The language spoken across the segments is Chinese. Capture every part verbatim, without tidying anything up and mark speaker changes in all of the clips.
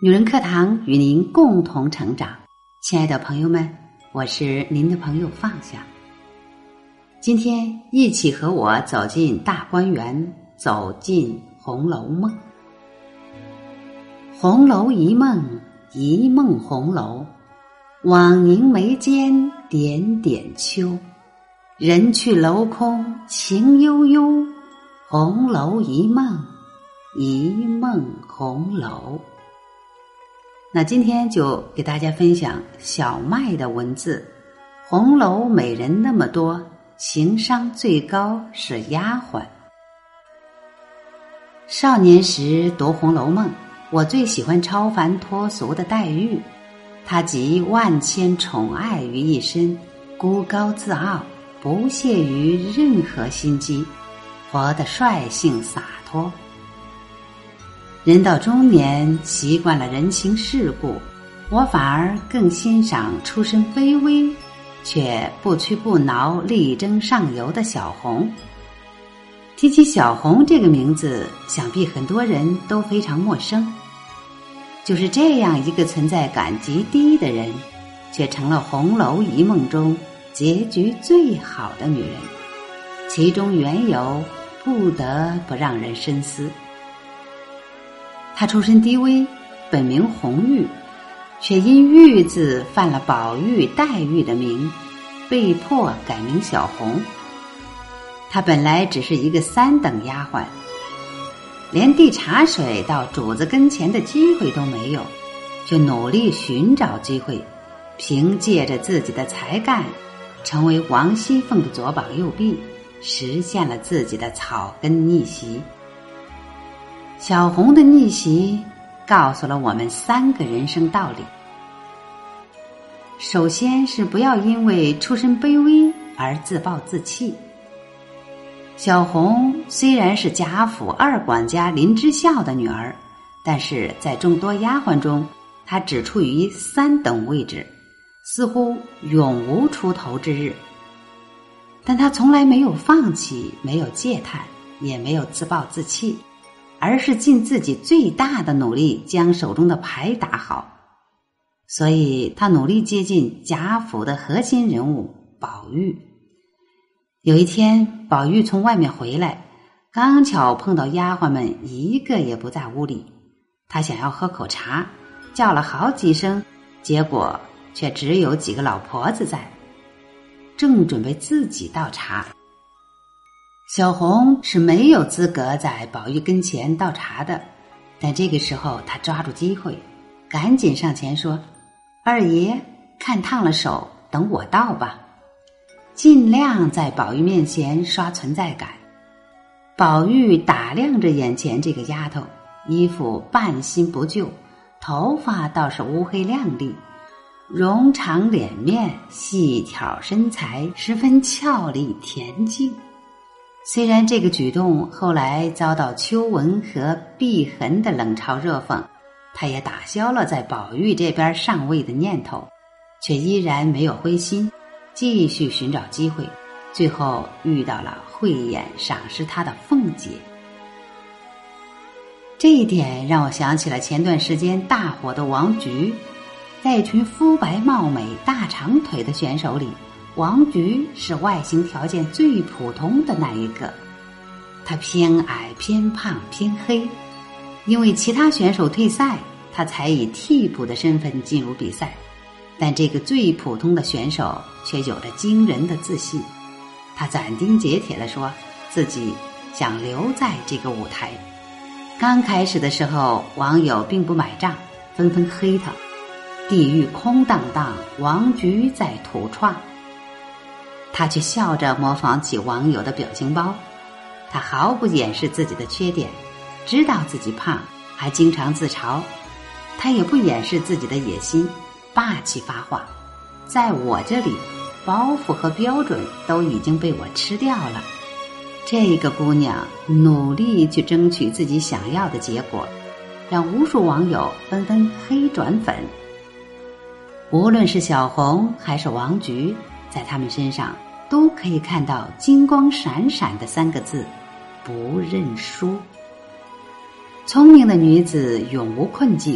Speaker 1: 女人课堂与您共同成长。亲爱的朋友们，我是您的朋友放下。今天一起和我走进大观园，走进红楼梦。红楼一梦，一梦红楼，枉凝眉间，点点秋。人去楼空情悠悠，红楼一梦，一梦红楼。那今天就给大家分享小麦的文字。红楼美人那么多，情商最高是丫鬟。少年时读《红楼梦》，我最喜欢超凡脱俗的黛玉。她集万千宠爱于一身，孤高自傲，不屑于任何心机，活得率性洒脱。人到中年，习惯了人情世故，我反而更欣赏出身卑微却不屈不挠力争上游的小红。提起小红这个名字，想必很多人都非常陌生。就是这样一个存在感极低的人，却成了红楼一梦中结局最好的女人，其中缘由不得不让人深思。她出身低微，本名红玉，却因玉字犯了宝玉、黛玉的名，被迫改名小红。她本来只是一个三等丫鬟，连递茶水到主子跟前的机会都没有，却努力寻找机会，凭借着自己的才干，成为王熙凤的左膀右臂，实现了自己的草根逆袭。小红的逆袭告诉了我们三个人生道理。首先是不要因为出身卑微而自暴自弃。小红虽然是贾府二管家林之孝的女儿，但是在众多丫鬟中，她只处于三等位置，似乎永无出头之日。但她从来没有放弃，没有戒叹，也没有自暴自弃，而是尽自己最大的努力将手中的牌打好。所以她努力接近贾府的核心人物宝玉。有一天，宝玉从外面回来，刚巧碰到丫鬟们一个也不在屋里。他想要喝口茶，叫了好几声，结果却只有几个老婆子在，正准备自己倒茶。小红是没有资格在宝玉跟前倒茶的，但这个时候她抓住机会，赶紧上前说：“二爷，看烫了手，等我倒吧。”尽量在宝玉面前刷存在感。宝玉打量着眼前这个丫头，衣服半新不旧，头发倒是乌黑亮丽，容长脸面，细挑身材，十分俏丽恬静。虽然这个举动后来遭到秋纹和碧痕的冷嘲热讽，他也打消了在宝玉这边上位的念头，却依然没有灰心，继续寻找机会，最后遇到了慧眼赏识他的凤姐。这一点让我想起了前段时间大火的王菊。在一群肤白貌美、大长腿的选手里，王菊是外形条件最普通的那一个。她偏矮、偏胖、偏黑，因为其他选手退赛，她才以替补的身份进入比赛。但这个最普通的选手却有着惊人的自信，他斩钉截铁地说自己想留在这个舞台。刚开始的时候，网友并不买账，纷纷黑他，地狱空荡荡，王菊在土创。他却笑着模仿起网友的表情包，他毫不掩饰自己的缺点，知道自己胖，还经常自嘲。他也不掩饰自己的野心，霸气发话，在我这里，包袱和标准都已经被我吃掉了。这个姑娘努力去争取自己想要的结果，让无数网友纷纷黑转粉。无论是小红还是王菊，在他们身上都可以看到金光闪闪的三个字：不认输。聪明的女子永无困境，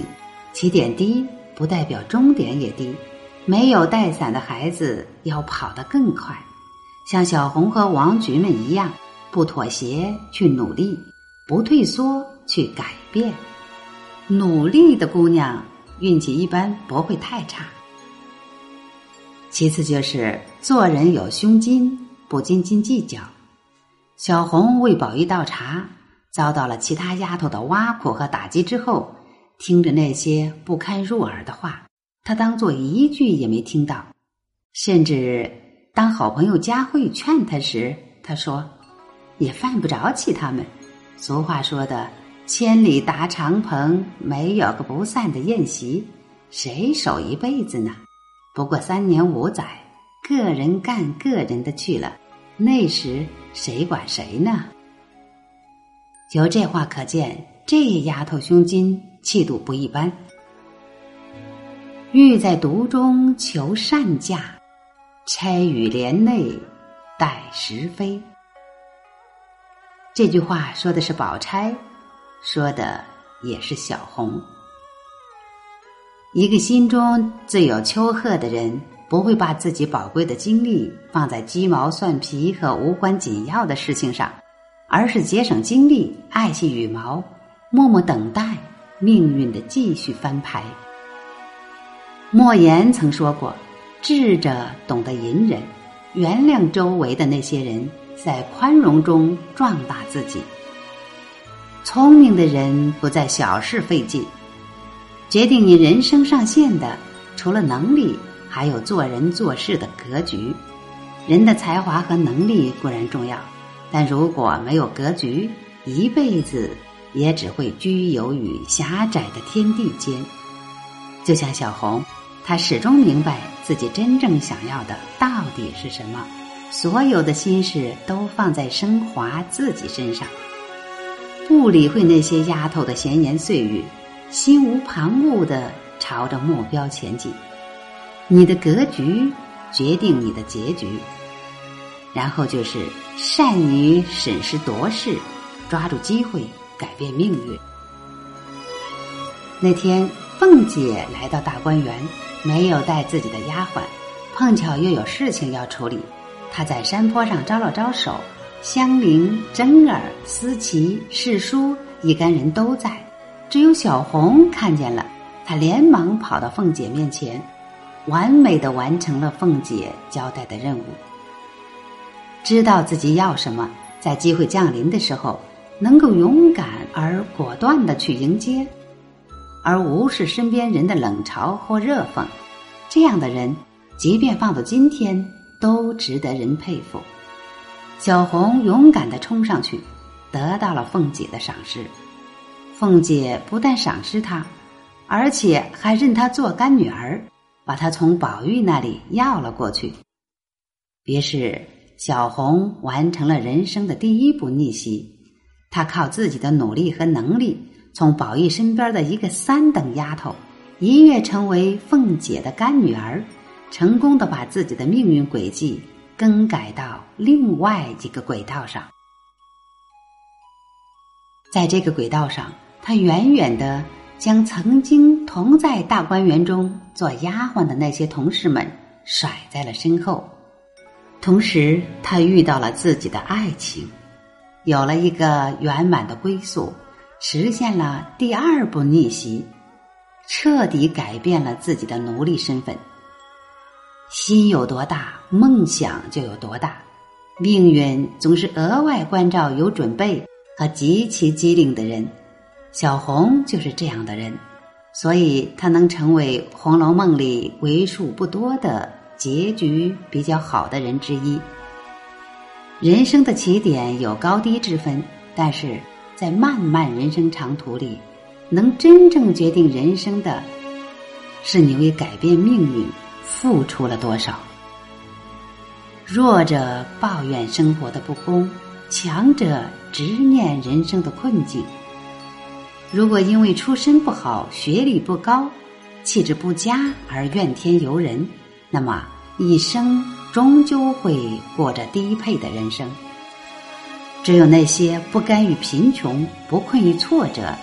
Speaker 1: 起点低不代表终点也低，没有带伞的孩子要跑得更快，像小红和王菊们一样，不妥协去努力，不退缩去改变。努力的姑娘运气一般不会太差。其次就是做人有胸襟，不斤斤计较。小红为宝玉倒茶，遭到了其他丫头的挖苦和打击之后，听着那些不堪入耳的话，她当作一句也没听到。甚至当好朋友佳慧劝她时，她说也犯不着气他们。俗话说的千里搭长棚，没有个不散的宴席，谁守一辈子呢？不过三年五载，个人干个人的去了，那时谁管谁呢？由这话可见，这丫头胸襟气度不一般。欲在独中求善价，钗与帘内待时飞。这句话说的是宝钗，说的也是小红。一个心中自有丘壑的人，不会把自己宝贵的精力放在鸡毛蒜皮和无关紧要的事情上，而是节省精力，爱惜羽毛，默默等待命运的继续翻牌。莫言曾说过，智者懂得隐忍，原谅周围的那些人，在宽容中壮大自己。聪明的人不在小事费劲，决定你人生上限的，除了能力，还有做人做事的格局。人的才华和能力固然重要，但如果没有格局，一辈子也只会居游于狭窄的天地间。就像小红，她始终明白自己真正想要的到底是什么，所有的心事都放在升华自己身上，不理会那些丫头的闲言碎语，心无旁骛地朝着目标前进。你的格局决定你的结局。然后就是善于审时度势，抓住机会改变命运。那天凤姐来到大观园，没有带自己的丫鬟，碰巧又有事情要处理。她在山坡上招了招手，香菱、珍儿、思琪、世叔一干人都在，只有小红看见了，她连忙跑到凤姐面前，完美地完成了凤姐交代的任务。知道自己要什么，在机会降临的时候，能够勇敢而果断地去迎接，而无视身边人的冷嘲或热讽。这样的人，即便放到今天，都值得人佩服。小红勇敢地冲上去，得到了凤姐的赏识。凤姐不但赏识她，而且还认她做干女儿，把她从宝玉那里要了过去。于是小红完成了人生的第一步逆袭，她靠自己的努力和能力，从宝玉身边的一个三等丫头，一跃成为凤姐的干女儿，成功地把自己的命运轨迹更改到另外一个轨道上。在这个轨道上，她远远地将曾经同在大观园中做丫鬟的那些同事们甩在了身后。同时她遇到了自己的爱情，有了一个圆满的归宿，实现了第二步逆袭，彻底改变了自己的奴隶身份。心有多大，梦想就有多大。命运总是额外关照有准备和极其机灵的人，小红就是这样的人，所以她能成为《红楼梦》里为数不多的结局比较好的人之一。人生的起点有高低之分，但是在漫漫人生长途里，能真正决定人生的，是你为改变命运付出了多少。弱者抱怨生活的不公，强者执念人生的困境。如果因为出身不好、学历不高、气质不佳而怨天尤人，那么一生终究会过着低配的人生。只有那些不甘于贫穷、不困于挫折，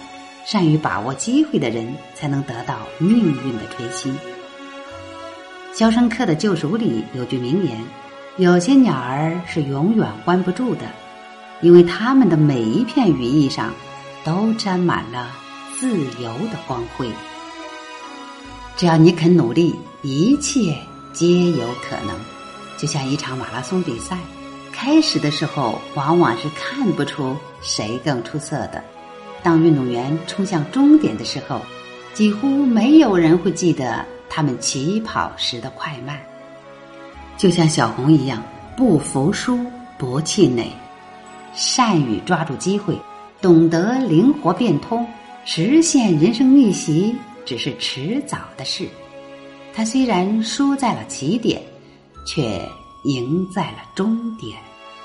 Speaker 1: 善于把握机会的人才能得到命运的垂青。《肖申克的救赎》里有句名言，有些鸟儿是永远关不住的，因为它们的每一片羽翼上都沾满了自由的光辉。只要你肯努力，一切皆有可能。就像一场马拉松比赛，开始的时候往往是看不出谁更出色的，当运动员冲向终点的时候，几乎没有人会记得他们起跑时的快慢。就像小红一样，不服输，不气馁，善于抓住机会，懂得灵活变通，实现人生逆袭只是迟早的事。他虽然输在了起点，却赢在了终点。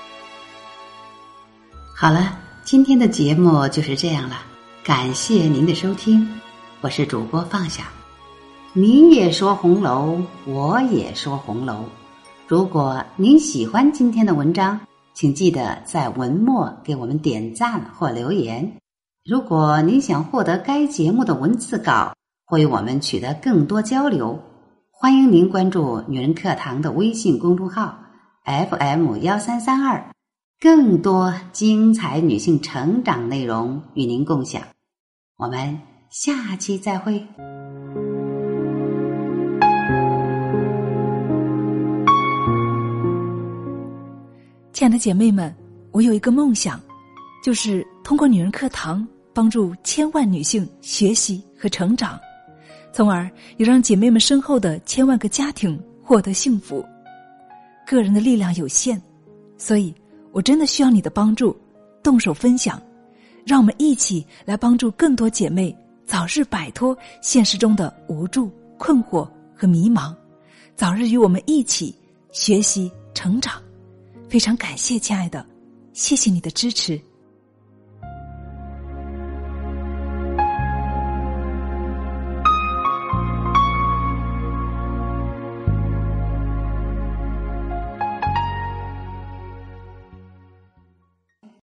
Speaker 1: 好了，今天的节目就是这样了，感谢您的收听，我是主播放下。你也说红楼，我也说红楼。如果您喜欢今天的文章，请记得在文末给我们点赞或留言。如果您想获得该节目的文字稿，或与我们取得更多交流，欢迎您关注女人课堂的微信公众号 F M 一三三二， 更多精彩女性成长内容与您共享。我们下期再会。
Speaker 2: 亲爱的姐妹们，我有一个梦想，就是通过女人课堂帮助千万女性学习和成长，从而也让姐妹们身后的千万个家庭获得幸福。个人的力量有限，所以我真的需要你的帮助，动手分享，让我们一起来帮助更多姐妹早日摆脱现实中的无助、困惑和迷茫，早日与我们一起学习成长。非常感谢亲爱的，谢谢你的支持。